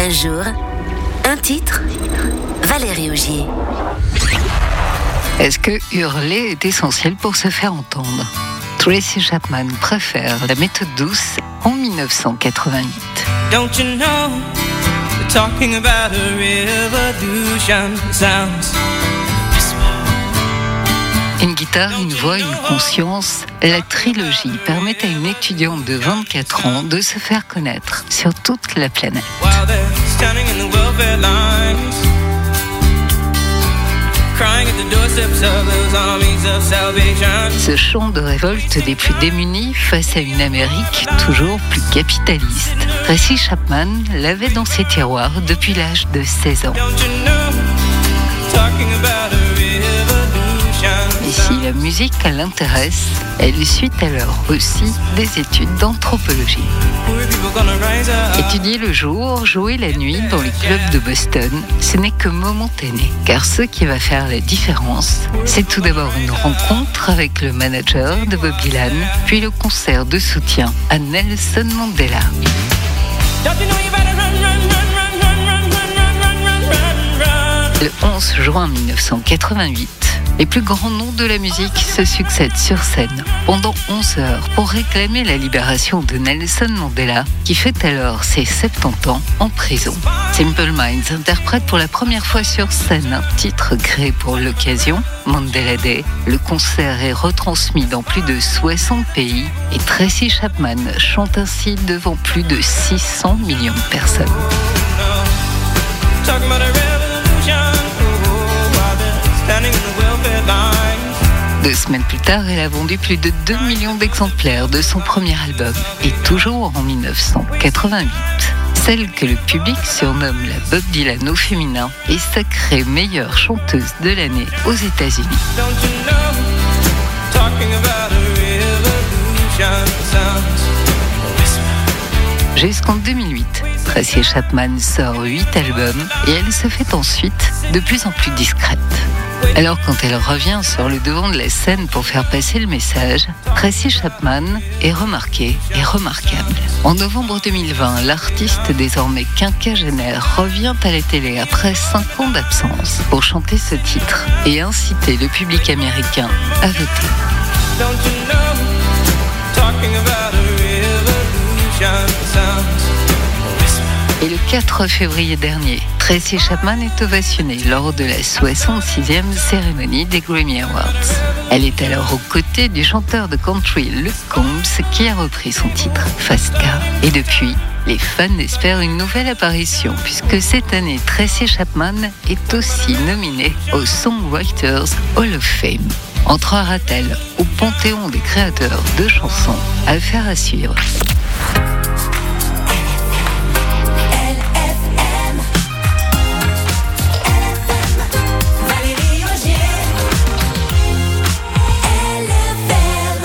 Un jour, un titre, Valérie Augier. Est-ce que hurler est essentiel pour se faire entendre ? Tracy Chapman préfère la méthode douce en 1988. Don't you know, we're talking about a revolution sounds. Une guitare, une voix, une conscience, la trilogie permet à une étudiante de 24 ans de se faire connaître sur toute la planète. While they're standing in the welfare lines, crying at the doorsteps of those armies of salvation. Ce chant de révolte des plus démunis face à une Amérique toujours plus capitaliste. Tracy Chapman l'avait dans ses tiroirs depuis l'âge de 16 ans. Don't you know, talking about a revolution. Et si la musique l'intéresse, elle suit alors aussi des études d'anthropologie. Poor people gonna rise up. Étudier le jour, jouer la nuit dans les clubs de Boston, ce n'est que momentané. Car ce qui va faire la différence, c'est tout d'abord une rencontre avec le manager de Bob Dylan, puis le concert de soutien à Nelson Mandela. Don't you know you better run, run, run, run, run, run, run, run, run, run. Le 11 juin 1988, les plus grands noms de la musique se succèdent sur scène pendant 11 heures pour réclamer la libération de Nelson Mandela, qui fête alors ses 70 ans en prison. Simple Minds interprète pour la première fois sur scène un titre créé pour l'occasion, Mandela Day. Le concert est retransmis dans plus de 60 pays et Tracy Chapman chante ainsi devant plus de 600 millions de personnes. Talking about a revolution. While they're standing in the welfare lines. 2 semaines plus tard, elle a vendu plus de 2 millions d'exemplaires de son premier album. Et toujours en 1988, celle que le public surnomme la Bob Dylan au féminin est sacrée meilleure chanteuse de l'année aux États-Unis. Don't you know, talking about a revolution sounds. Jusqu'en 2008, Tracy Chapman sort 8 albums et elle se fait ensuite de plus en plus discrète. Alors quand elle revient sur le devant de la scène pour faire passer le message, Tracy Chapman est remarquée et remarquable. En novembre 2020, l'artiste désormais quinquagénaire revient à la télé après 5 ans d'absence pour chanter ce titre et inciter le public américain à voter. Don't you know, talking about a revolution sounds. Et le 4 février dernier, Tracy Chapman est ovationnée lors de la 66e cérémonie des Grammy Awards. Elle est alors aux côtés du chanteur de country Luke Combs qui a repris son titre Fast Car. Et depuis, les fans espèrent une nouvelle apparition puisque cette année, Tracy Chapman est aussi nominée au Songwriters Hall of Fame. Entrera-t-elle au panthéon des créateurs de chansons ? Affaire à suivre.